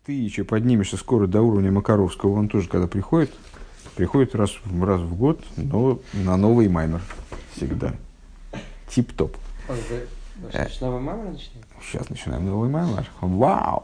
ты еще поднимешься скоро до уровня Макаровского, он тоже, когда приходит раз в год, но на новый маймер всегда. Тип-топ. Сейчас новый маймер начнем? Сейчас начинаем новый маймер. Вау!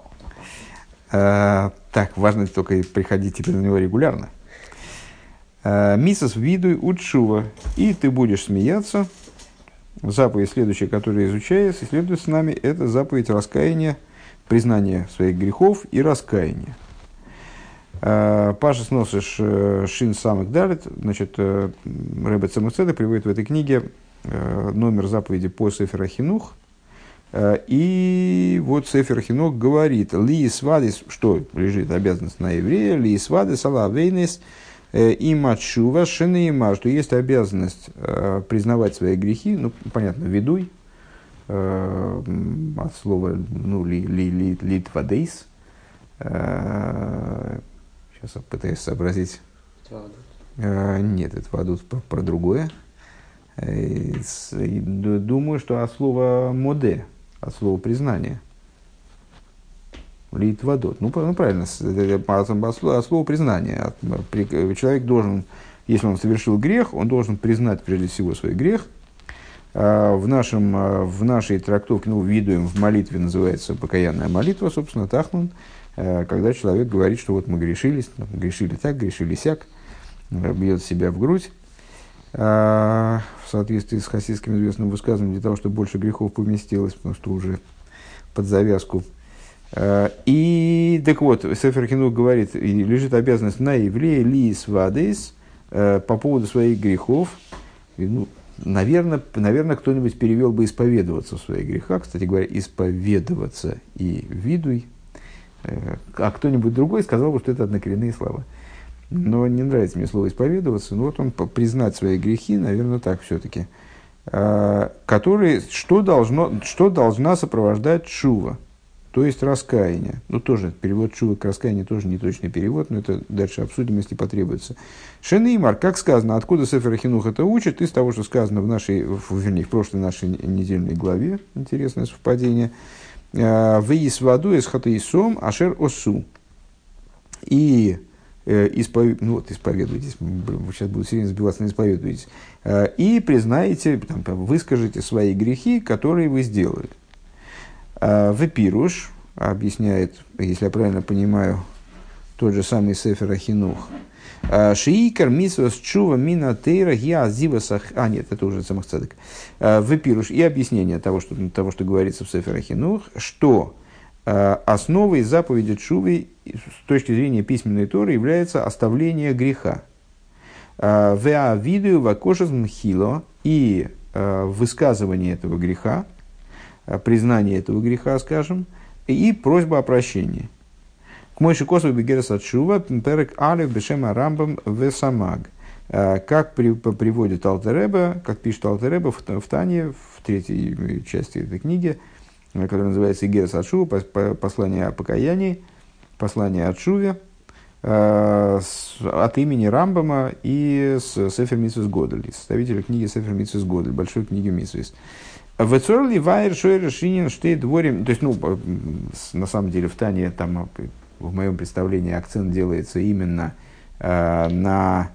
Так, важно только приходить теперь на него регулярно. Мисас видуй учува. И ты будешь смеяться. Заповедь следующая, которая изучается, исследует с нами, это заповедь раскаяния, признания своих грехов и раскаяния. Паша сносишь шин самых далит, значит, Ребе Цемуцеда приводит в этой книге номер заповеди по Сефер Ахинух. И вот Сефер Ахинух говорит, ли свадис, что лежит обязанность на еврея, ли свадис алавейнес и мачува шинейма, что есть обязанность признавать свои грехи, ну, понятно, ведуй, от слова, ну, литвадейс. Сейчас я пытаюсь сообразить. Нет, это вадут про другое. Думаю, что от слова моде, от слова признания. Литвадот. Ну, правильно, от слова признания. Человек должен, если он совершил грех, он должен признать прежде всего свой грех. В нашей трактовке, ну, видуем в молитве, называется покаянная молитва, собственно, тахнун, когда человек говорит, что вот мы грешили так, грешили сяк, бьет себя в грудь, в соответствии с хасидским известным высказыванием, для того, чтобы больше грехов поместилось, потому что уже под завязку. И, так вот, Сефер Хинух говорит, лежит обязанность на еврея лис вадейс по поводу своих грехов. Ну, наверное, кто-нибудь перевел бы исповедоваться в своих грехах. Кстати говоря, исповедоваться и видуй. А кто-нибудь другой сказал бы, что это однокоренные слова. Но не нравится мне слово исповедоваться. Но вот он признать свои грехи, наверное, так все-таки. Которые, что должна сопровождать шува, то есть раскаяние. Ну, тоже перевод шува к раскаянию тоже не точный перевод, но это дальше обсудим, если потребуется. Шенеймар, как сказано, откуда Сефер Ахинух это учит, из того, что сказано в прошлой нашей недельной главе, интересное совпадение. Вейс ваду из хатаисом ашер осу. И исповедуйтесь, сейчас буду сильно сбиваться на исповедуйтесь, и признаете, выскажите свои грехи, которые вы сделали. Вепируш объясняет, если я правильно понимаю, тот же самый Сефер Ахинух. Шиикар мисвас чува мина тейра я зивасах. Нет, это уже самых цадок. Вепируш и объяснение того, что говорится в Сефер Ахинух, что основой заповеди чувы с точки зрения письменной Торы является оставление греха. Веа видео вакошезм хило и высказывание этого греха, признание этого греха, скажем, и просьба о прощении. К мойши косу бегерас от шува перек алев бешема рамбам весамаг. Как приводит Алтер Ребе, как пишет Алтер Ребе в Тане, в третьей части этой книги, которая называется Игерас от шува, послание о покаянии, послание от шуве, от имени Рамбама и с Сефер Мицвос Годель, составителя книги Сефер Мицвос Годель, большой книги Мицвос. В Цорли Вайер Шойер Шинин Штейт Дворим, то есть, ну, на самом деле в Тане, там, в моем представлении, акцент делается именно на...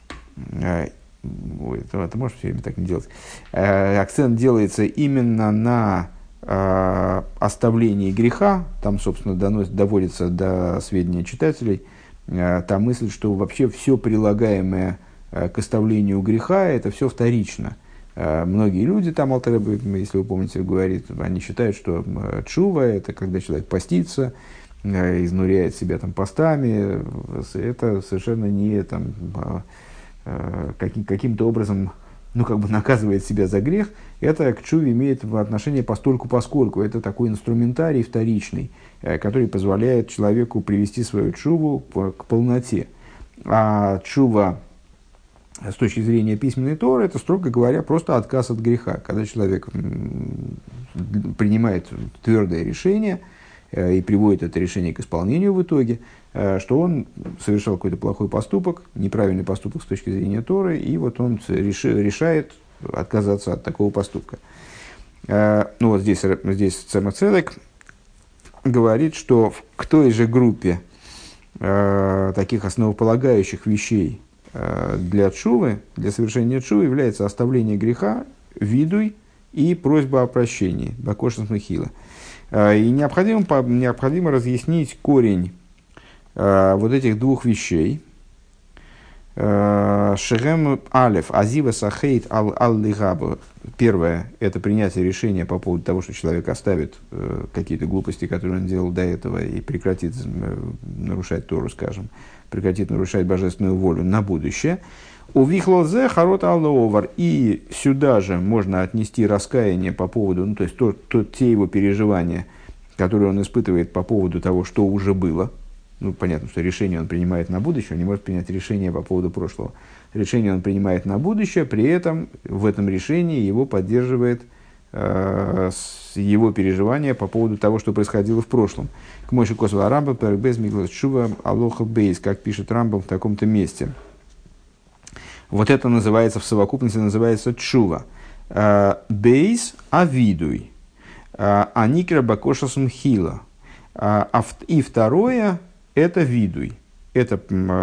ты можешь все время так не делать. Акцент делается именно на оставлении греха. Там, собственно, доводится до сведения читателей та мысль, что вообще все прилагаемое к оставлению греха, это все вторично. Многие люди, там Алтер Ребе, если вы помните, говорит, они считают, что тшува – это когда человек постится, изнуряет себя там постами. Это совершенно не там, каким-то образом, ну, как бы наказывает себя за грех. Это к тшуве имеет отношение постольку-поскольку. Это такой инструментарий вторичный, который позволяет человеку привести свою тшуву к полноте. А тшува с точки зрения письменной Торы, это, строго говоря, просто отказ от греха. Когда человек принимает твердое решение и приводит это решение к исполнению в итоге, что он совершал какой-то плохой поступок, неправильный поступок с точки зрения Торы, и вот он решает отказаться от такого поступка. Ну вот здесь Цемах Цедек говорит, что к той же группе таких основополагающих вещей для тшувы, для совершения тшувы является оставление греха, видуй и просьба о прощении, бакошес мехила. И необходимо разъяснить корень вот этих двух вещей. Шегем алеф азива сахейт ал-лигабу. Первое – это принятие решения по поводу того, что человек оставит какие-то глупости, которые он делал до этого, и прекратит нарушать Тору, скажем, прекратит нарушать божественную волю на будущее. У вихлозе харот алловар. И сюда же можно отнести раскаяние по поводу, ну, то есть те его переживания, которые он испытывает по поводу того, что уже было. Ну, понятно, что решение он принимает на будущее, он не может принять решение по поводу прошлого. Решение он принимает на будущее, при этом в этом решении его поддерживает его переживания по поводу того, что происходило в прошлом. К Мойше Косова Рамбам, Перекбез Миглас Чува, Алоха Бейс, как пишет Рамбам в таком-то месте. Вот это называется, в совокупности называется Чува. Бейс авидуй, аникра бакошас мхила. И второе, это видуй. Это,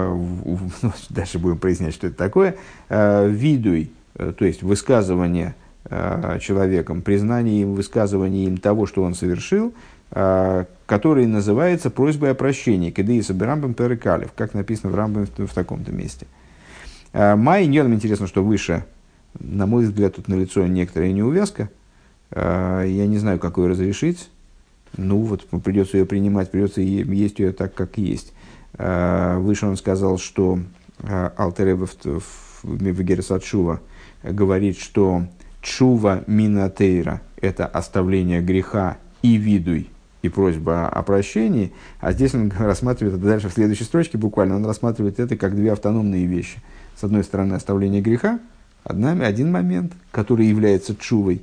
дальше будем прояснять, что это такое. Видуй, то есть высказывание человеком, признание им, высказывание им того, что он совершил, который называется просьбой о прощении. Кедеиса Рамбам Перекалев, как написано в Рамбаме в таком-то месте. Май ньоном интересно, что выше, на мой взгляд, тут налицо некоторая неувязка. Я не знаю, как ее разрешить. Ну вот, придется ее принимать, придется есть ее так, как есть. Выше он сказал, что Алтер Ребе в Гересат Шува говорит, что Чува минатейра – это оставление греха и видуй, и просьба о прощении. А здесь он рассматривает это дальше в следующей строчке буквально. Он рассматривает это как две автономные вещи. С одной стороны, оставление греха – один момент, который является чувой.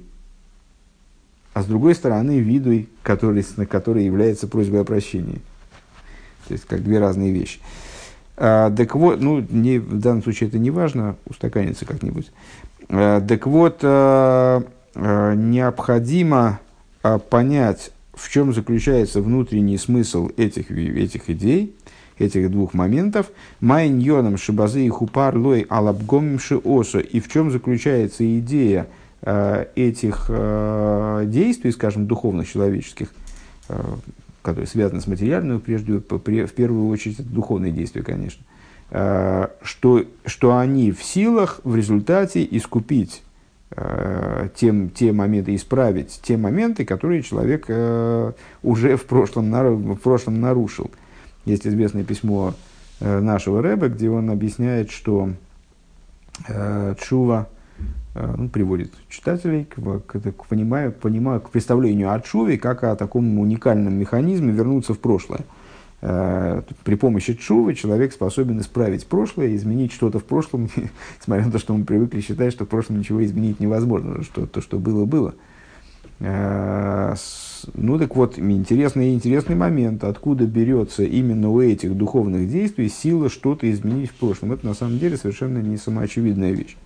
А с другой стороны, видуй, который является просьбой о прощении. То есть, как две разные вещи. Так вот, ну, в данном случае это не важно, устаканится как-нибудь. Так вот, необходимо понять, в чем заключается внутренний смысл этих идей, этих двух моментов. Майньоном шибазы и хупар лой алабгомим шиосо. И в чем заключается идея этих действий, скажем, духовных, человеческих, которые связаны с материальным, в первую очередь, это духовные действия, конечно, что они в силах в результате искупить те моменты, исправить те моменты, которые человек уже в прошлом нарушил. Есть известное письмо нашего Ребе, где он объясняет, что тшува, приводит читателей к представлению о тшуве как о таком уникальном механизме вернуться в прошлое. При помощи тшувы человек способен исправить прошлое, изменить что-то в прошлом, несмотря на то, что мы привыкли считать, что в прошлом ничего изменить невозможно, что то, что было, было. Ну так вот, интересный момент, откуда берется именно у этих духовных действий сила что-то изменить в прошлом. Это на самом деле совершенно не самоочевидная вещь.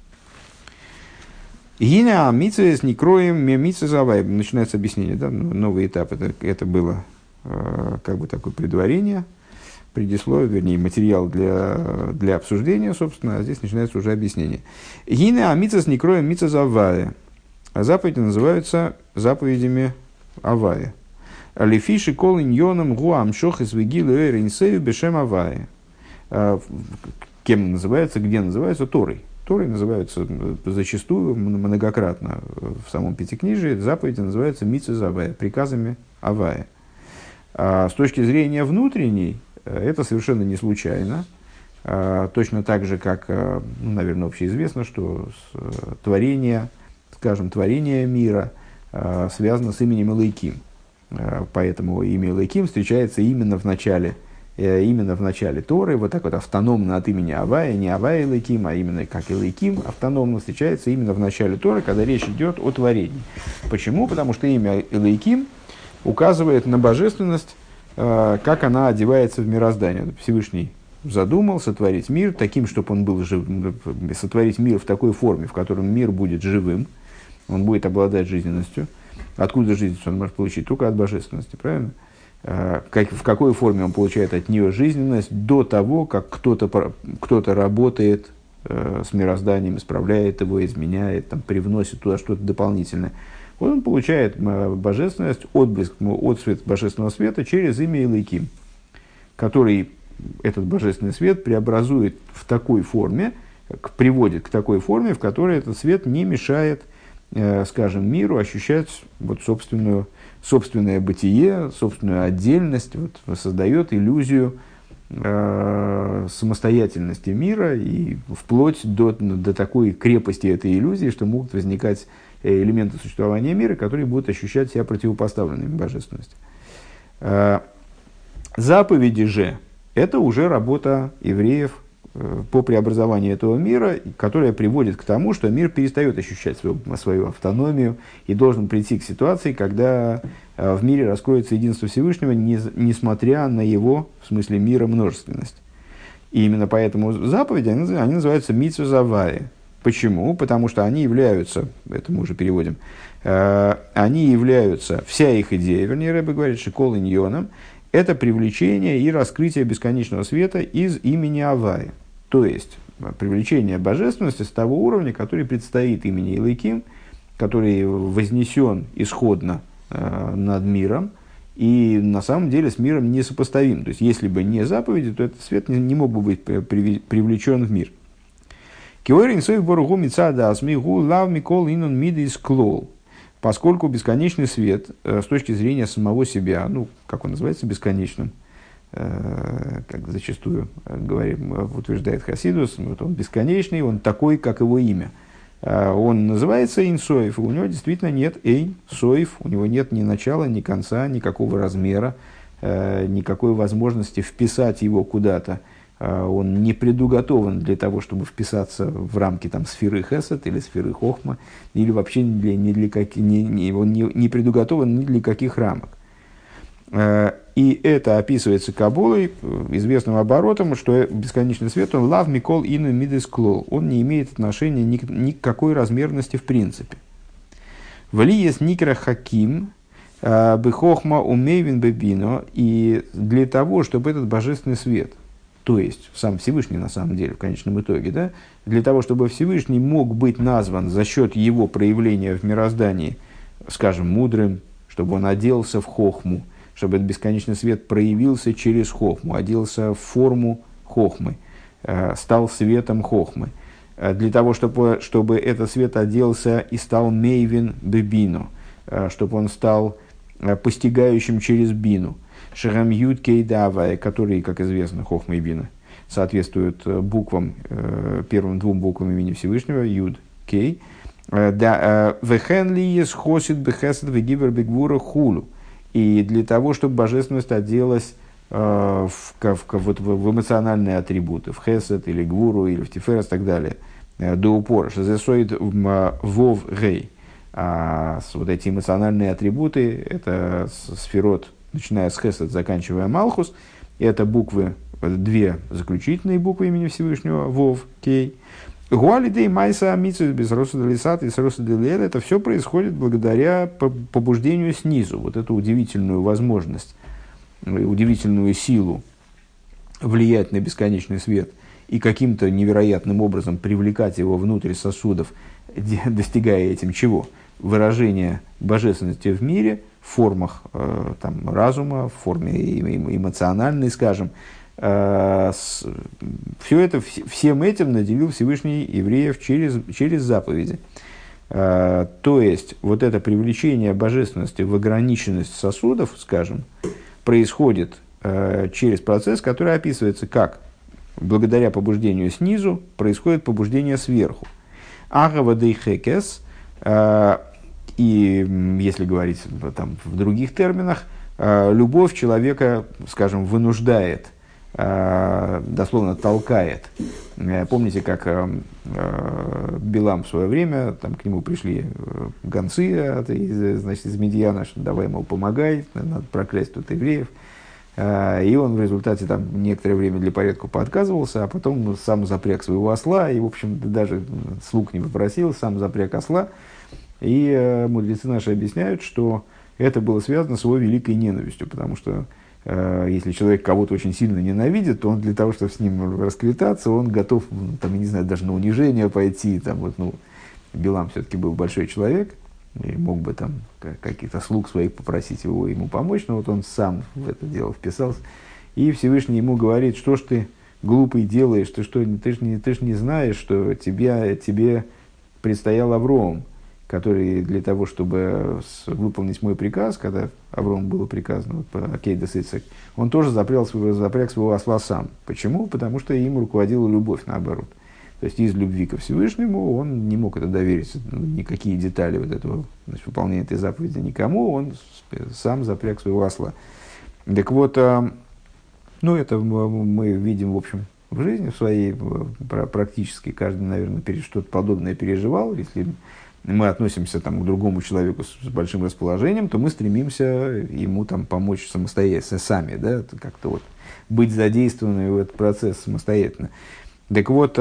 Гиня митцвес не кроем митцвес авай. Начинается объяснение, да? Новый этап. Это было как бы такое предварение, предисловие, вернее, материал для обсуждения, собственно, а здесь начинается уже объяснение. Гиня митцвес не кроем митцвес авай. Заповеди называются заповедями авая. Лефиши колин йоном гуам шох из вигилу эринсею бешем авая. Кем называется, где называется? Торой. Торой называются зачастую, многократно в самом Пятикнижии, заповеди называются митцвес авая, приказами авая. А с точки зрения внутренней, это совершенно не случайно. Точно так же, как, наверное, общеизвестно, что творение мира связано с именем Элоким. Поэтому имя Элоким встречается именно в начале Торы, вот так вот автономно от имени Авая, не Авая Элоким, а именно как Элоким автономно встречается именно в начале Торы, когда речь идет о творении. Почему? Потому что имя Элоким указывает на божественность, как она одевается в мироздание. Всевышний задумал сотворить мир таким, чтобы он был сотворить мир в такой форме, в котором мир будет живым, он будет обладать жизненностью. Откуда жизненность он может получить? Только от божественности, правильно? в какой форме он получает от нее жизненность до того, как кто-то работает с мирозданием, исправляет его, изменяет, там, привносит туда что-то дополнительное. Вот он получает божественность, отблеск, отсвет божественного света через имя Элоким, который этот божественный свет преобразует в такой форме, приводит к такой форме, в которой этот свет не мешает, скажем, миру ощущать вот собственное бытие, собственную отдельность, вот, создает иллюзию самостоятельности мира и вплоть до такой крепости этой иллюзии, что могут возникать элементы существования мира, которые будут ощущать себя противопоставленными божественности. Заповеди же – это уже работа евреев по преобразованию этого мира, которая приводит к тому, что мир перестает ощущать свою автономию и должен прийти к ситуации, когда в мире раскроется единство Всевышнего, несмотря на его, в смысле мира, множественность. И именно поэтому заповеди, они называются мицва заваи. Почему? Потому что они являются, это мы уже переводим, они являются, вся их идея, вернее, Ребе говорит, шикол иньоном, это привлечение и раскрытие бесконечного света из имени Авая. То есть, привлечение божественности с того уровня, который предстоит имени Элоким, который вознесен исходно над миром, и на самом деле с миром несопоставим. То есть, если бы не заповеди, то этот свет не мог бы быть привлечен в мир. Поскольку бесконечный свет с точки зрения самого себя, ну, как он называется, бесконечным, как зачастую утверждает Хасидус, вот он бесконечный, он такой, как его имя. Он называется Эйн Соев, и у него действительно нет Эйн Соев, у него нет ни начала, ни конца, никакого размера, никакой возможности вписать его куда-то. Он не предуготован для того, чтобы вписаться в рамки там, сферы Хесед или сферы Хохма, или вообще он не предуготован ни для каких рамок. И это описывается Кабулой известным оборотом, что бесконечный свет, он лав микол ину мидес клол, он не имеет отношения ни к какой размерности в принципе. Валиес никра хаким бехохма умейвин бебино, и для того, чтобы этот божественный свет, то есть сам Всевышний на самом деле в конечном итоге, да, для того, чтобы Всевышний мог быть назван за счет его проявления в мироздании, скажем, мудрым, чтобы он оделся в хохму, чтобы этот бесконечный свет проявился через хохму, оделся в форму хохмы, стал светом хохмы. Для того, чтобы этот свет оделся и стал мейвин бебину, чтобы он стал постигающим через бину. Шерам Юд Кей Давай, которые, как известно, хохма и бина, соответствуют буквам, первым двум буквам имени Всевышнего, Юд Кей. Вехен ли ес хосид бехесед вегивер бегвура хулу. И для того, чтобы божественность оделась в эмоциональные атрибуты, в хесед или гвуру, или в тиферес и так далее, до упора. Шазесоид вов гей. Вот эти эмоциональные атрибуты, это сферот, начиная с хесед, заканчивая малхус, это буквы, две заключительные буквы имени Всевышнего, вов, кей. Гуалидей майса амитсус без росаделисат и с росаделиэль, это все происходит благодаря побуждению снизу. Вот эту удивительную возможность, удивительную силу влиять на бесконечный свет и каким-то невероятным образом привлекать его внутрь сосудов, достигая этим чего? Выражения божественности в мире, в формах там, разума, в форме эмоциональной, скажем. Всем этим наделил Всевышний евреев через заповеди. То есть, вот это привлечение божественности в ограниченность сосудов, скажем, происходит через процесс, который описывается как благодаря побуждению снизу происходит побуждение сверху. Агава дейхекес, и если говорить там, в других терминах, любовь человека, скажем, вынуждает, дословно толкает. Помните, как Билам в свое время, там к нему пришли гонцы из Медьяна, что давай, мол, помогай, надо проклясть тут евреев. И он в результате там некоторое время для порядка поотказывался, а потом сам запряг своего осла, и, в общем, даже слуг не попросил, сам запряг осла. И мудрецы наши объясняют, что это было связано с его великой ненавистью, потому что если человек кого-то очень сильно ненавидит, то он для того, чтобы с ним расквитаться, он готов, там, я не знаю, даже на унижение пойти. Там, вот, ну, Билам все-таки был большой человек, и мог бы там каких-то слуг своих попросить ему помочь, но вот он сам в это дело вписался. И Всевышний ему говорит: что ж ты, глупый, делаешь, ты ж не знаешь, что тебе предстоял Авром, который для того, чтобы выполнить мой приказ, когда Аврому было приказано, вот, по Акейдес Ицхак, он тоже запряг своего осла сам. Почему? Потому что им руководила любовь, наоборот. То есть из любви ко Всевышнему он не мог это доверить, никакие детали вот этого, значит, выполнения этой заповеди никому, он сам запряг своего осла. Так вот, ну, это мы видим, в общем, в жизни в своей, практически каждый, наверное, что-то подобное переживал. Если мы относимся там, к другому человеку с большим расположением, то мы стремимся ему там, помочь самостоятельно, сами, да, как-то вот быть задействованными в этот процесс самостоятельно. Так вот,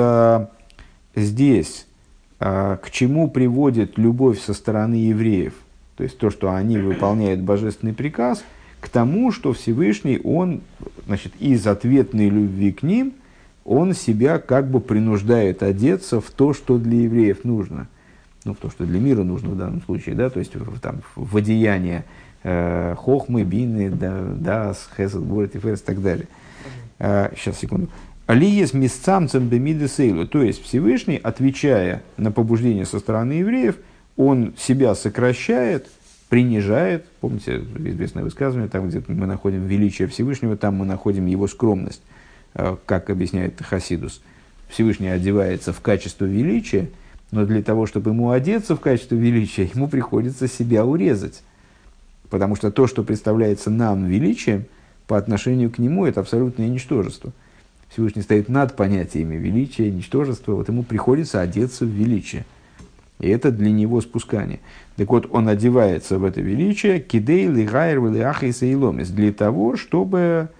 здесь к чему приводит любовь со стороны евреев? То есть то, что они выполняют божественный приказ, к тому, что Всевышний, он, значит, из ответной любви к ним, он себя как бы принуждает одеться в то, что для евреев нужно. Ну, в то, что для мира нужно в данном случае, да, то есть там, в одеяние хохмы, бины, дас, хесед, город, и ферес и так далее. Сейчас, секунду. Алиес мисцамцем бемидесейлу, то есть Всевышний, отвечая на побуждение со стороны евреев, он себя сокращает, принижает. Помните известное высказывание, там, где мы находим величие Всевышнего, там мы находим его скромность, как объясняет Хасидус. Всевышний одевается в качество величия, но для того, чтобы ему одеться в качество величия, ему приходится себя урезать. Потому что то, что представляется нам величием, по отношению к нему, это абсолютное ничтожество. Всевышний стоит над понятиями величия, ничтожества, вот ему приходится одеться в величие. И это для него спускание. Так вот, он одевается в это величие, кидей лигайр вилиахис и иломис, для того, чтобы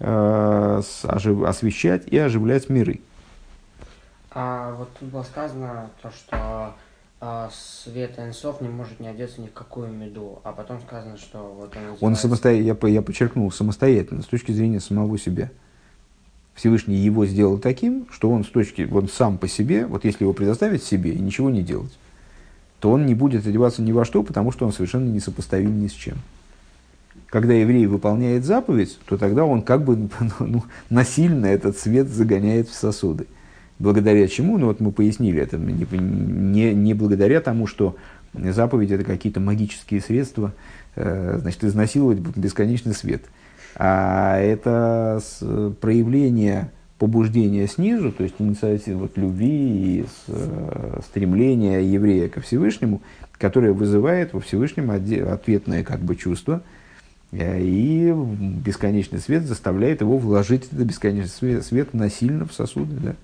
освещать и оживлять миры. А вот тут было сказано то, что свет Энсов не может не одеться ни в какую меду, а потом сказано, что вот он самостоятельно, я подчеркнул, самостоятельно, с точки зрения самого себя. Всевышний его сделал таким, что он сам по себе, вот если его предоставить себе и ничего не делать, то он не будет одеваться ни во что, потому что он совершенно несопоставим ни с чем. Когда еврей выполняет заповедь, то тогда он как бы насильно этот свет загоняет в сосуды. Благодаря чему? Ну вот мы пояснили, это не благодаря тому, что заповеди это какие-то магические средства, значит, изнасиловать бесконечный свет. А это проявление побуждения снизу, то есть инициатива вот, любви и стремления еврея ко Всевышнему, которое вызывает во Всевышнем ответное как бы чувство, и бесконечный свет заставляет его вложить этот бесконечный свет насильно в сосуды. Да?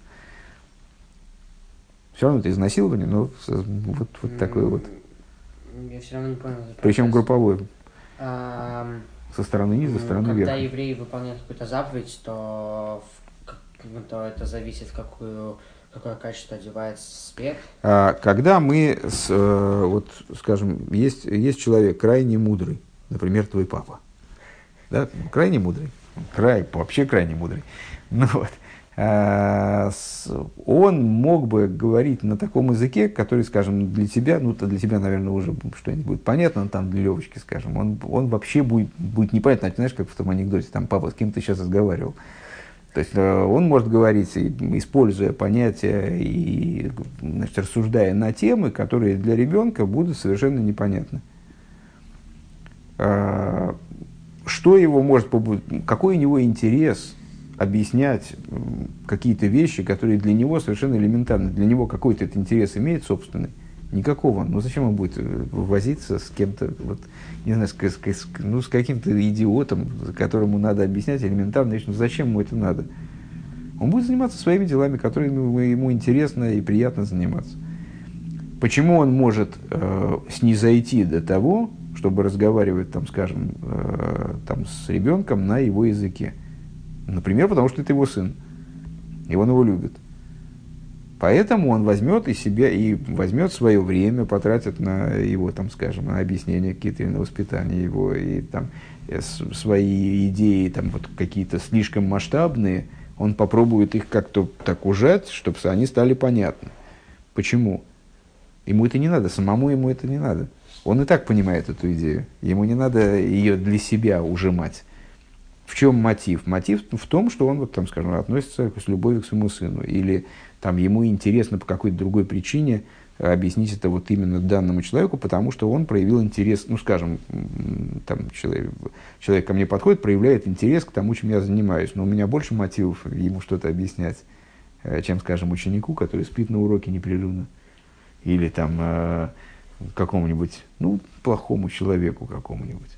Все равно это изнасилование, но вот такое вот. Я все равно не понял. Причем групповое. Со стороны низа, со стороны верха. Когда еврей выполняет какую-то заповедь, то это зависит, в какое качество одевается свет. Когда мы, вот, скажем, есть человек крайне мудрый, например, твой папа, да, крайне мудрый, вообще крайне мудрый, ну, вот, он мог бы говорить на таком языке, который, скажем, для тебя, для тебя, наверное, уже что-нибудь будет понятно, но там для Левочки, скажем, он вообще будет непонятно, знаешь, как в том анекдоте, там, папа, с кем ты сейчас разговаривал. То есть он может говорить, используя понятия и, значит, рассуждая на темы, которые для ребенка будут совершенно непонятны. Что его может побудить, какой у него интерес объяснять какие-то вещи, которые для него совершенно элементарны. Для него какой-то этот интерес имеет собственный? Никакого. Ну зачем он будет возиться с кем-то, вот, не знаю, с каким-то идиотом, которому надо объяснять элементарные вещи? Ну зачем ему это надо? Он будет заниматься своими делами, которыми ему интересно и приятно заниматься. Почему он может снизойти до того, чтобы разговаривать, там, скажем, там, с ребенком на его языке? Например, потому что это его сын, и он его любит. Поэтому он возьмет из себя и возьмет свое время, потратит на его, там, скажем, на объяснение какие-то, на воспитание его, и там, свои идеи там, вот, какие-то слишком масштабные, он попробует их как-то так ужать, чтобы они стали понятны. Почему? Ему это не надо, самому ему это не надо. Он и так понимает эту идею. Ему не надо ее для себя ужимать. В чем мотив? Мотив в том, что он, вот, там, скажем, относится с любовью к своему сыну. Или там, ему интересно по какой-то другой причине объяснить это вот именно данному человеку, потому что он проявил интерес, ну, скажем, там, человек ко мне подходит, проявляет интерес к тому, чем я занимаюсь, но у меня больше мотивов ему что-то объяснять, чем, скажем, ученику, который спит на уроке непрерывно, или там какому-нибудь, ну, плохому человеку какому-нибудь.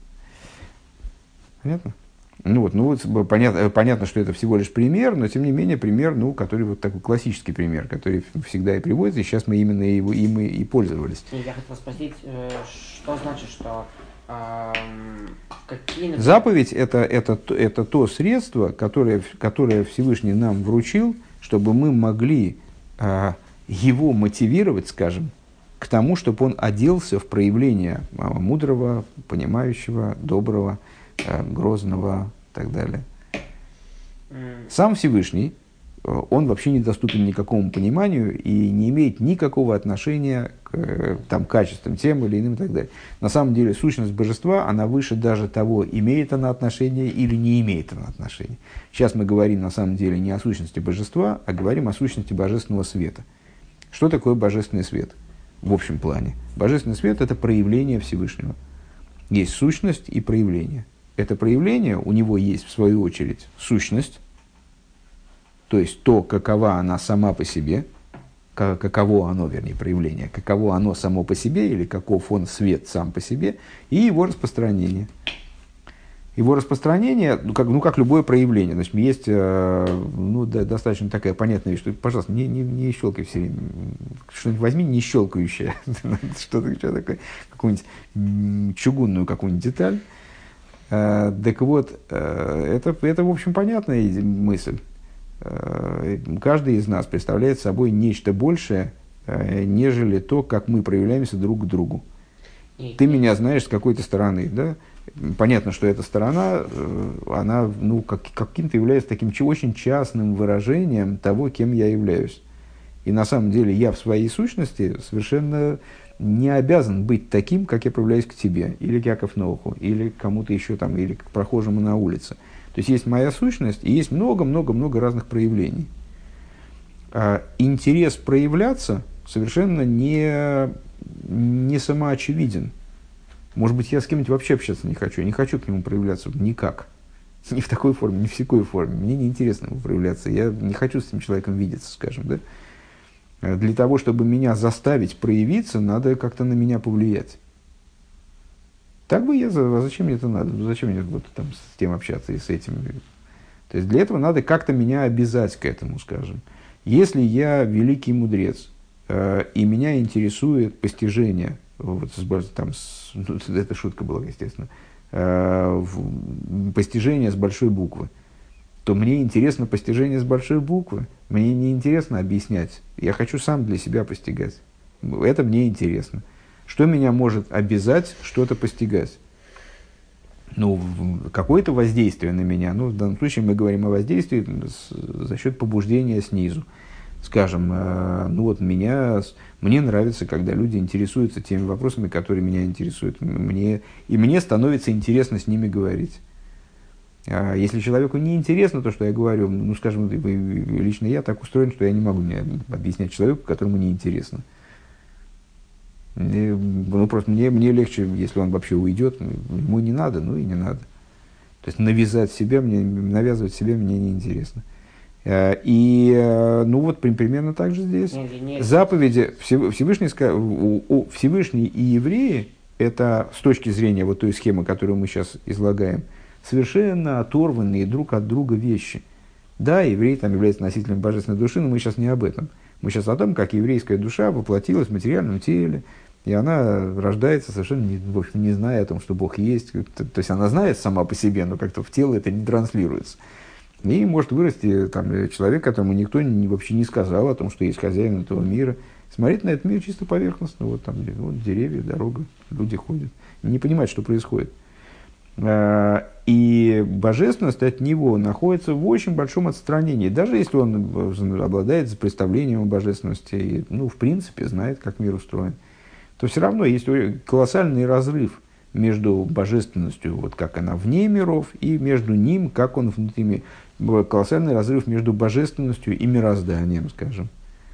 Понятно? Понятно, что это всего лишь пример, но тем не менее пример, ну, который вот такой классический пример, который всегда и приводится, и сейчас мы именно им и пользовались. Я хотел спросить, что значит, что какие... Заповедь это то средство, которое Всевышний нам вручил, чтобы мы могли его мотивировать, скажем, к тому, чтобы он оделся в проявление мудрого, понимающего, доброго, грозного и так далее. Сам Всевышний, он вообще недоступен никакому пониманию и не имеет никакого отношения к там, качествам тем или иным и так далее. На самом деле сущность божества, она выше даже того, имеет она отношение или не имеет она отношения. Сейчас мы говорим на самом деле не о сущности божества, а говорим о сущности божественного света. Что такое божественный свет в общем плане? Божественный свет – это проявление Всевышнего. Есть сущность и проявление. Это проявление, у него есть, в свою очередь, сущность, то есть то, какова она сама по себе, каково оно, вернее, проявление, каково оно само по себе, или каков он свет сам по себе, и его распространение. Его распространение, как любое проявление, значит, есть достаточно такая понятная вещь, что, пожалуйста, не щелкай все время, что-нибудь возьми не щелкающее, что такое, какую-нибудь чугунную какую-нибудь деталь. Так вот, это, в общем, понятная мысль. Каждый из нас представляет собой нечто большее, нежели то, как мы проявляемся друг к другу. Ты меня знаешь с какой-то стороны, да? Понятно, что эта сторона, она каким-то является таким очень частным выражением того, кем я являюсь. И на самом деле я в своей сущности совершенно не обязан быть таким, как я проявляюсь к тебе, или к Яков Ноуху, или к кому-то еще там, или к прохожему на улице. То есть моя сущность, и есть много-много-много разных проявлений. Интерес проявляться совершенно не самоочевиден. Может быть, я с кем-нибудь вообще общаться не хочу. Я не хочу к нему проявляться никак. Ни в такой форме, ни в сякой форме. Мне неинтересно ему проявляться. Я не хочу с этим человеком видеться, скажем, да? Для того, чтобы меня заставить проявиться, надо как-то на меня повлиять. Так бы зачем мне это надо? Зачем мне вот, там, с тем общаться и с этим? То есть для этого надо как-то меня обязать к этому, скажем. Если я великий мудрец, и меня интересует постижение, вот, это шутка была, естественно, постижение с большой буквы, то мне интересно постижение с большой буквы. Мне не интересно объяснять. Я хочу сам для себя постигать. Это мне интересно. Что меня может обязать что-то постигать? Какое-то воздействие на меня. В данном случае мы говорим о воздействии за счет побуждения снизу. Скажем, мне нравится, когда люди интересуются теми вопросами, которые меня интересуют. И мне становится интересно с ними говорить. Если человеку не интересно то, что я говорю, скажем, лично я так устроен, что я не могу объяснять человеку, которому не интересно. Просто мне легче, если он вообще уйдет, ему не надо, и не надо. То есть навязывать себя мне неинтересно. Примерно так же здесь. Заповеди Всевышний и евреи, это с точки зрения вот той схемы, которую мы сейчас излагаем, совершенно оторванные друг от друга вещи. Да, еврей там является носителем божественной души, но мы сейчас не об этом. Мы сейчас о том, как еврейская душа воплотилась в материальном теле, и она рождается совершенно не зная о том, что Бог есть. То есть она знает сама по себе, но как-то в тело это не транслируется. И может вырасти там, человек, которому никто вообще не сказал о том, что есть хозяин этого мира. Смотреть на этот мир чисто поверхностно. Вот там вот деревья, дорога, люди ходят. Не понимать, что происходит. И божественность от него находится в очень большом отстранении. Даже если он обладает представлением о божественности и, в принципе, знает, как мир устроен, то все равно есть колоссальный разрыв между божественностью, вот как она вне миров, и между ним, как он внутри мира. Колоссальный разрыв между божественностью и мирозданием, скажем.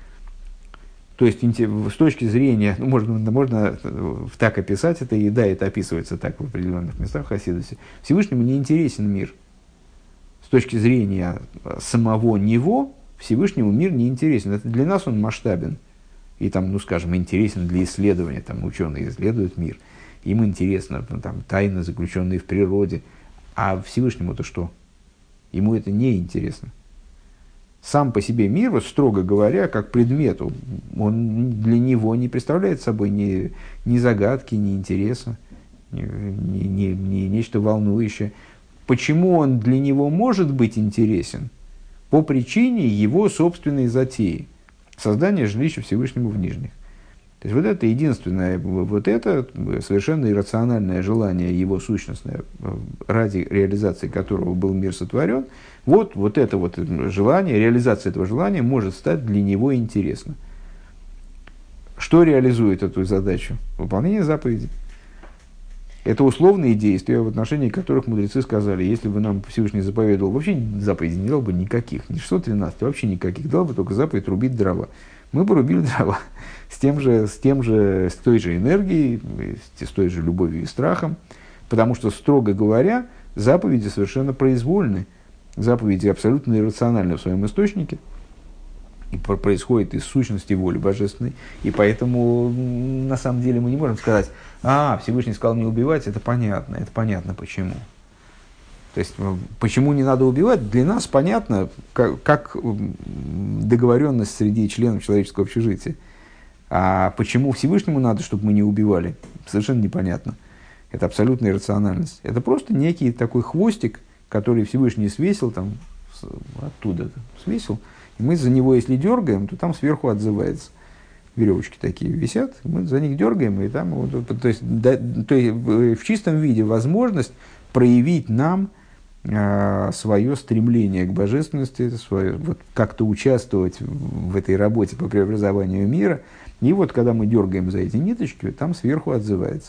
То есть, с точки зрения, можно так описать это, и да, это описывается так в определенных местах в Хасидусе. Всевышнему не интересен мир. С точки зрения самого него, Всевышнему мир не интересен. Это для нас он масштабен. И там, интересен для исследования. Там ученые исследуют мир. Им интересно тайны, заключенные в природе. А Всевышнему-то что? Ему это не интересно. Сам по себе мир, строго говоря, как предмет, он для него не представляет собой ни загадки, ни интереса, ни нечто волнующее. Почему он для него может быть интересен? По причине его собственной затеи. Создания жилища Всевышнему в нижних. То есть, вот это единственное, вот это совершенно иррациональное желание его сущностное, ради реализации которого был мир сотворен, вот это вот желание, реализация этого желания может стать для него интересно. Что реализует эту задачу? Выполнение заповедей. Это условные действия, в отношении которых мудрецы сказали, если бы нам Всевышний заповедовал, вообще заповедей не дал бы никаких, не 613, вообще никаких, дал бы только заповедь рубить дрова. Мы бы рубили дрова с той же энергией, с той же любовью и страхом, потому что, строго говоря, заповеди совершенно произвольны, заповеди абсолютно иррациональны в своем источнике, и происходит из сущности воли божественной, и поэтому, на самом деле, мы не можем сказать, Всевышний сказал не убивать, это понятно почему. То есть, почему не надо убивать, для нас понятно, как договоренность среди членов человеческого общежития. А почему Всевышнему надо, чтобы мы не убивали, совершенно непонятно. Это абсолютная иррациональность. Это просто некий такой хвостик, который Всевышний свесил, оттуда свесил, и мы за него, если дергаем, то там сверху отзывается. Веревочки такие висят, мы за них дергаем, и там, то есть в чистом виде возможность проявить нам свое стремление к божественности, как-то участвовать в этой работе по преобразованию мира. И вот, когда мы дергаем за эти ниточки, там сверху отзывается.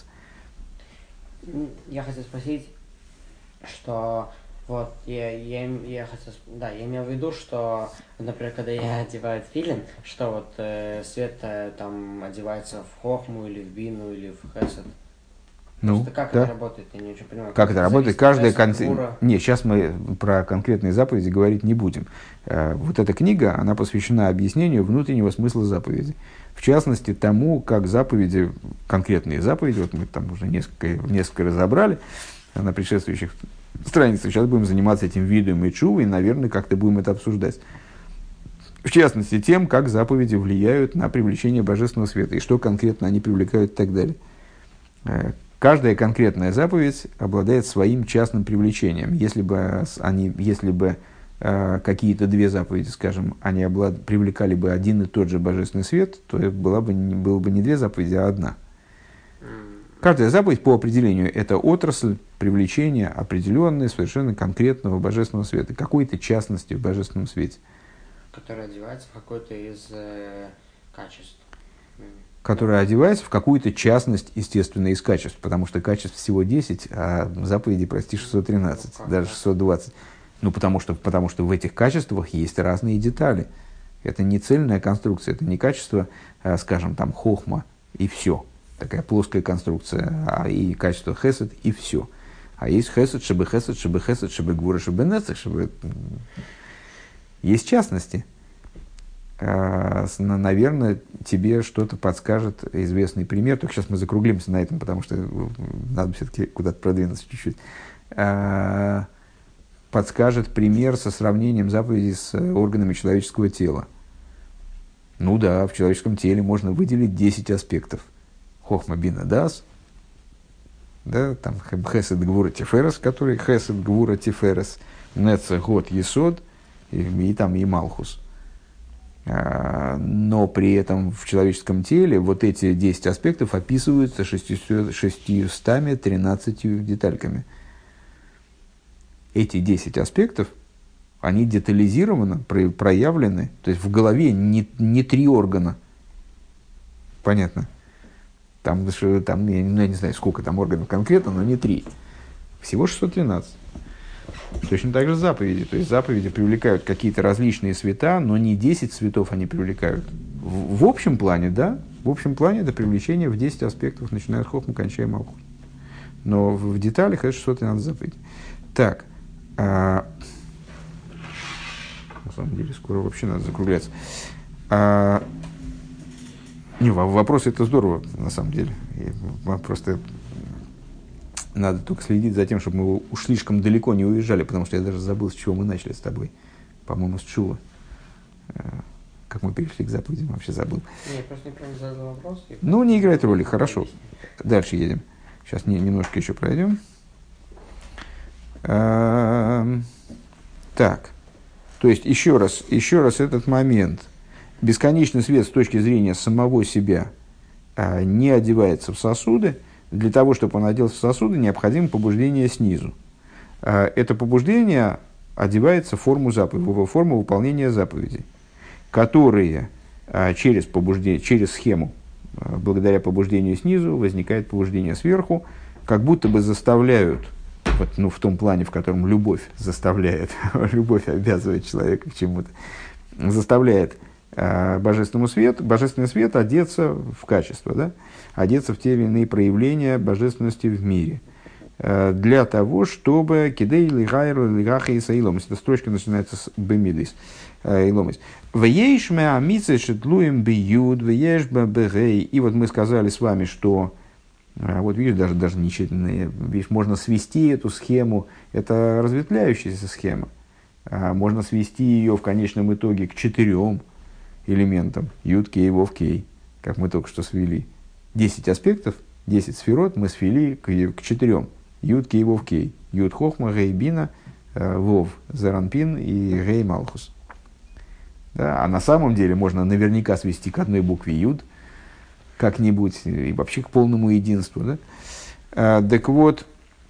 Я хотел спросить, что вот я имел в виду, что, например, когда я одеваю филин, что вот Света там одевается в хохму или в бину или в хесед. Как это работает, я не очень понимаю. Как это работает? Каждая Не, сейчас мы про конкретные заповеди говорить не будем. Вот эта книга, она посвящена объяснению внутреннего смысла заповеди. В частности, тому, как заповеди, конкретные заповеди, вот мы там уже несколько разобрали на предшествующих страницах, сейчас будем заниматься этим видом и чувой, и, наверное, как-то будем это обсуждать. В частности, тем, как заповеди влияют на привлечение божественного света, и что конкретно они привлекают и так далее. Каждая конкретная заповедь обладает своим частным привлечением. Если бы какие-то две заповеди, скажем, они привлекали бы один и тот же божественный свет, то было бы не две заповеди, а одна. Каждая заповедь по определению это отрасль привлечения определенной, совершенно конкретного божественного света, какой-то частности в божественном свете. Которая одевается в какое-то из качеств. Которая одевается в какую-то частность, естественно, из качеств, потому что качеств всего 10, а заповеди, 613, даже 620. Потому что в этих качествах есть разные детали. Это не цельная конструкция, это не качество, скажем, там, хохма и все. Такая плоская конструкция, и качество хесед и все. А есть хесед, шебе гвура, шебе нецех, шебе... Есть частности. Наверное, тебе что-то подскажет известный пример. Только сейчас мы закруглимся на этом, потому что надо все-таки куда-то продвинуться чуть-чуть. Подскажет пример со сравнением заповедей с органами человеческого тела. В человеческом теле можно выделить 10 аспектов. Хохма бина дас, да, там хесед гвура тиферес, который хесед гвура тиферес, Нецех, Год, Есод, и там и Малхус. Но при этом в человеческом теле вот эти 10 аспектов описываются 613 детальками. Эти 10 аспектов, они детализированы, проявлены, то есть в голове не 3 органа. Понятно? Там, я не знаю, сколько там органов конкретно, но не 3. Всего 613. Точно так же заповеди. То есть заповеди привлекают какие-то различные света, но не 10 цветов они привлекают. В общем плане, да, в общем плане это привлечение в 10 аспектов, начиная с Хохма, кончая Малхус. Но в деталях это 613 заповедей. Так. На самом деле, скоро вообще надо закругляться. Вопросы это здорово, на самом деле. Просто надо только следить за тем, чтобы мы уж слишком далеко не уезжали, потому что я даже забыл, с чего мы начали с тобой. По-моему, с Чува. Как мы перешли к заповедям, вообще забыл. Я просто неправильно задал вопрос. Ну, не играет роли, хорошо. Дальше едем. Сейчас немножко еще пройдем. Так. То есть, еще раз этот момент. Бесконечный свет с точки зрения самого себя не одевается в сосуды. Для того, чтобы он оделся в сосуды, необходимо побуждение снизу. Это побуждение одевается в форму выполнения заповедей, которые через схему, благодаря побуждению снизу, возникает побуждение сверху, как будто бы заставляют, в том плане, в котором любовь заставляет, любовь обязывает человека к чему-то, заставляет божественный свет одеться в качество, да? Одеться в те или иные проявления божественности в мире. Для того, чтобы кидей лигайру лигаха и саиломис. Эта строчка начинается с бемидис. Иломис. Веешме амице шетлуем биюд, веешба бегей. И вот мы сказали с вами, что вот видишь, даже нечетные, видишь, можно свести эту схему, это разветвляющаяся схема. Можно свести ее в конечном итоге к 4 элементам. Юд, кей, вов, кей. Как мы только что свели. 10 аспектов, 10 сферот мы свели к 4. Юд, кей, вов, кей. Юд, хохма, гей, бина, вов, заранпин и гей, малхус. Да? А на самом деле можно наверняка свести к одной букве юд, как-нибудь, и вообще к полному единству. Да? Так вот,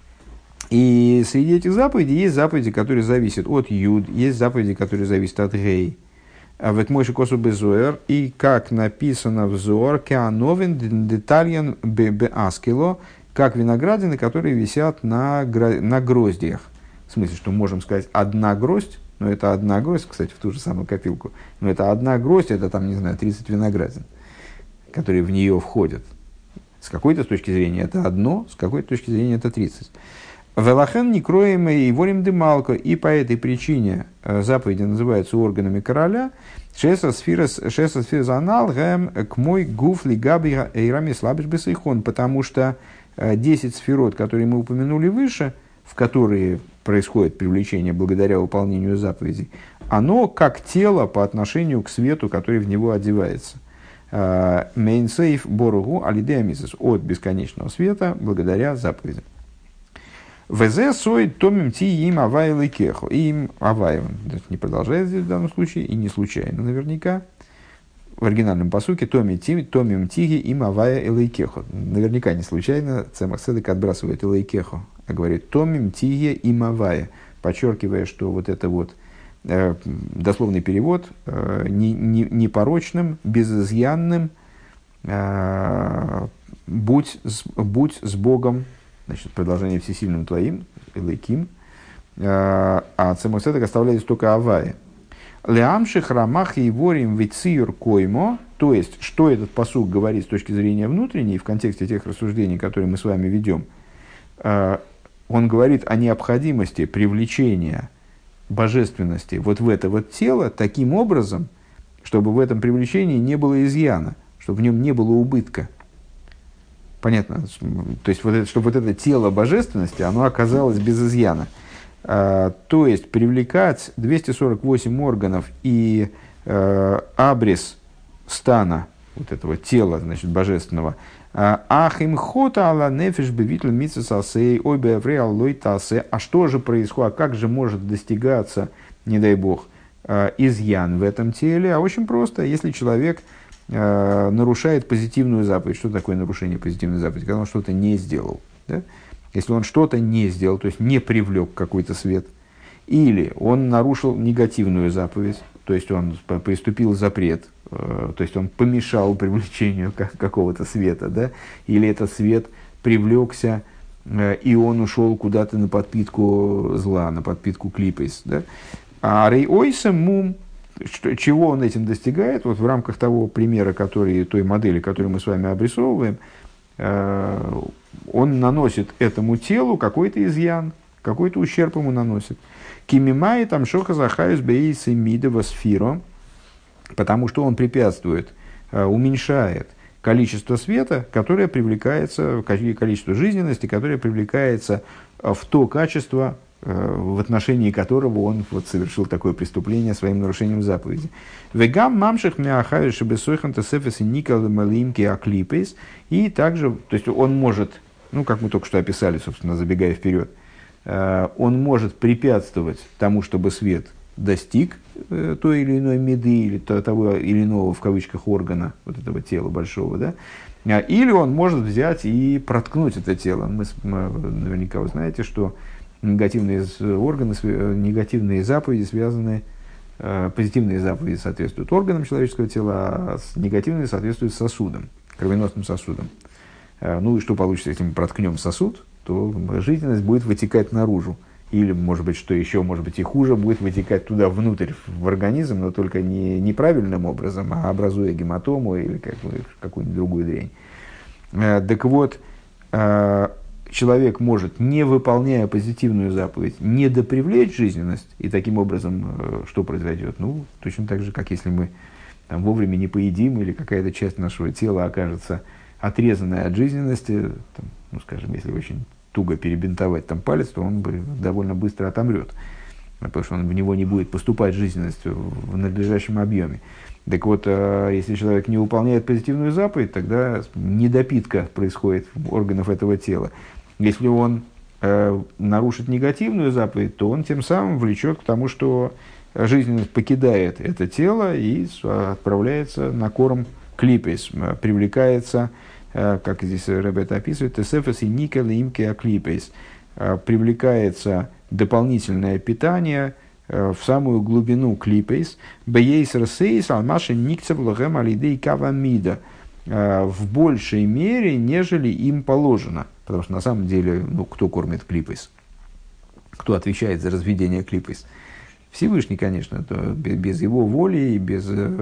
и среди этих заповедей есть заповеди, которые зависят от юд, есть заповеди, которые зависят от гей. А вот мой косу безуэр, и как написано в Зоар, кеановин детальян беаскило, как виноградины, которые висят на гроздьях. В смысле, что можем сказать одна гроздь, но это одна гроздь, кстати, в ту же самую копилку, но это одна гроздь, это там, не знаю, 30 виноградин, которые в нее входят. С какой-то точки зрения это одно, с какой-то точки зрения это 30. Велахен не кроем и ворим демалко, и по этой причине заповеди называются органами короля. Шеса сфирас анал гэм к мой гуф лигаби эйрами слабиш бесейхон, потому что 10 сферот, которые мы упомянули выше, в которые происходит привлечение благодаря выполнению заповедей, оно как тело по отношению к свету, который в него одевается. Мейнсейф боругу алидеамисис, от бесконечного света благодаря заповедям. ВЗ сой томим ти им авай лейкехо. Им авай, он не продолжает здесь в данном случае, и не случайно наверняка. В оригинальном пасуке томим тиги им авай лейкехо. Наверняка не случайно Цемах Цедек отбрасывает лейкехо, а говорит томим тиги им авай, подчеркивая, что вот это вот дословный перевод непорочным, безызъянным, будь с Богом. Значит, продолжение всесильным твоим, элейким, а Цемах Цедек оставляет только авая. Леамши храмах и ворим вициюр коймо, то есть, что этот пасук говорит с точки зрения внутренней, в контексте тех рассуждений, которые мы с вами ведем, он говорит о необходимости привлечения божественности вот в это вот тело таким образом, чтобы в этом привлечении не было изъяна, чтобы в нем не было убытка. Понятно? То есть, чтобы вот это тело божественности, оно оказалось без изъяна. То есть, привлекать 248 органов и абрис стана, вот этого тела, значит, божественного, Ахимхота ала нефиш бевитл митсасасей ойбе авреал лойтасе. А что же происходит? Как же может достигаться, не дай бог, изъян в этом теле? А очень просто. Если человек нарушает позитивную заповедь. Что такое нарушение позитивной заповеди? Когда он что-то не сделал. Да? Если он что-то не сделал, то есть не привлек какой-то свет, или он нарушил негативную заповедь, то есть он приступил запрет, то есть он помешал привлечению какого-то света, да? Или этот свет привлекся, и он ушел куда-то на подпитку зла, на подпитку клипейс. Да? А рейойса мум, чего он этим достигает, вот в рамках того примера, той модели, которую мы с вами обрисовываем, он наносит этому телу какой-то изъян, какой-то ущерб ему наносит. Кимимай там шоха захаюс бейсы мидова сфиро, потому что он препятствует, уменьшает количество света, которое привлекается, количество жизненности, которое привлекается в то качество, в отношении которого он вот совершил такое преступление своим нарушением заповеди. Вегам мамших мяхаю шебесойхан тесефес и никол малимки аклипейс. И также, то есть он может, ну как мы только что описали, собственно, забегая вперед, он может препятствовать тому, чтобы свет достиг той или иной меды или того или иного, в кавычках, органа, вот этого тела большого, да? Или он может взять и проткнуть это тело. Наверняка вы знаете, что негативные органы, негативные заповеди связаны, позитивные заповеди соответствуют органам человеческого тела, а негативные соответствуют сосудам, кровеносным сосудам. Ну и что получится, если мы проткнем сосуд, то жизненность будет вытекать наружу. Или, может быть, что еще, может быть, и хуже, будет вытекать туда внутрь, в организм, но только не неправильным образом, а образуя гематому или какую-нибудь другую дрянь. Так вот, человек может, не выполняя позитивную заповедь, недопривлечь жизненность, и таким образом что произойдет? Ну, точно так же, как если мы там, вовремя не поедим, или какая-то часть нашего тела окажется отрезанная от жизненности, там, ну, скажем, если очень туго перебинтовать там палец, то он довольно быстро отомрет, потому что в него не будет поступать жизненность в надлежащем объеме. Так вот, если человек не выполняет позитивную заповедь, тогда недопитка происходит органов этого тела. Если он нарушит негативную заповедь, то он тем самым влечет к тому, что жизненность покидает это тело и отправляется на корм клипейс, привлекается, как здесь Ребе это описывает, тесефес и никел имки аклипейс, привлекается дополнительное питание в самую глубину клипейс, бейс рсейс алмаши никцев логем алидей кавамида, в большей мере, нежели им положено. Потому что на самом деле, ну, кто кормит клипейс? Кто отвечает за разведение клипейс? Всевышний, конечно, то без его воли и без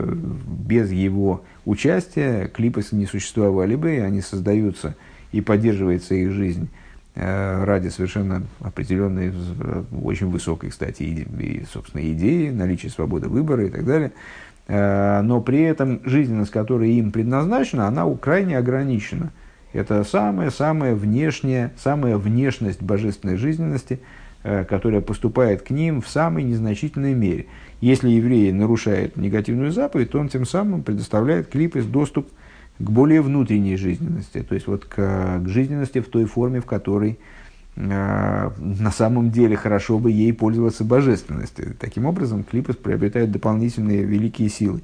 его участия клипейсы не существовали бы, они создаются и поддерживается их жизнь ради совершенно определенной, очень высокой, кстати, и собственно, идеи, наличия свободы выбора и так далее. Но при этом жизненность, которая им предназначена, она крайне ограничена. Это самая внешность божественной жизненности, которая поступает к ним в самой незначительной мере. Если еврей нарушает негативную заповедь, то он тем самым предоставляет клипейс доступ к более внутренней жизненности, то есть вот к жизненности в той форме, в которой на самом деле хорошо бы ей пользоваться божественностью. Таким образом, клипейс приобретает дополнительные великие силы.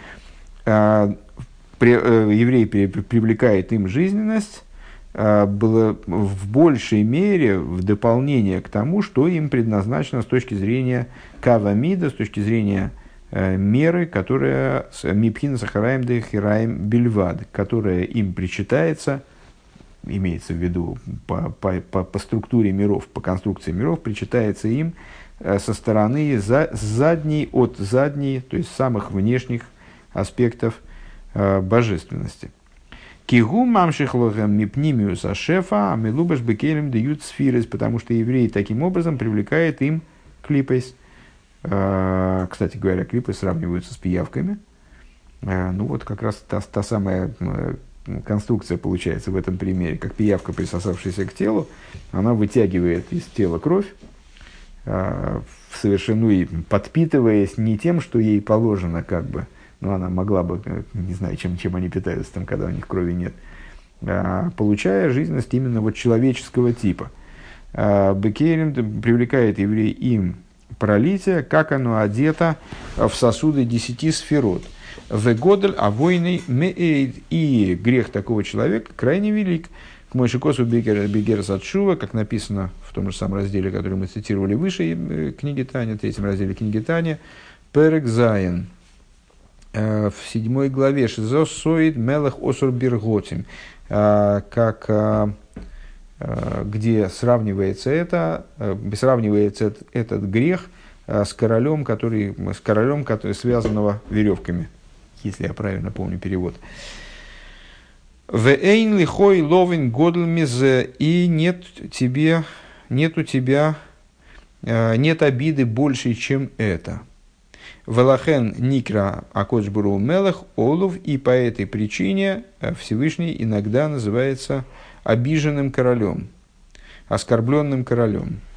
Еврей привлекает им жизненность было в большей мере в дополнение к тому, что им предназначено с точки зрения кавамида, с точки зрения меры, которая мипхина сахараем де хираем бельвад, которая им причитается, имеется в виду по структуре миров, по конструкции миров, причитается им со стороны задней, то есть самых внешних аспектов божественности. Кигу мамшихлохем мипнимиус ашефа, а милубаш бекелем дают сфирис, потому что еврей таким образом привлекает им клипейс. Кстати говоря, клипы сравниваются с пиявками. Ну вот как раз та самая конструкция получается в этом примере. Как пиявка, присосавшаяся к телу, она вытягивает из тела кровь, совершенно и подпитываясь не тем, что ей положено, как бы, но она могла бы, не знаю, чем они питаются, там, когда у них крови нет, получая жизненность именно вот человеческого типа. Бекерим привлекает еврей им пролитие, как оно одето в сосуды 10 сферот. Вегодель авойный меэйд, и грех такого человека крайне велик. К Мойшикосу Бегерас Атшува, как написано в том же самом разделе, который мы цитировали выше, книги Таня, в 3 разделе книги Таня, Перек Зайн, в 7 главе Шизос Соид Мелах Осур Бирготим, где сравнивается этот грех с королем, связанного веревками, если я правильно помню перевод. «Вэйн лихой ловин годлмизе», и нет у тебя нет обиды больше, чем это. «Вэлахен никра акодж буру мелах олув», и по этой причине Всевышний иногда называется обиженным королем, оскорбленным королем.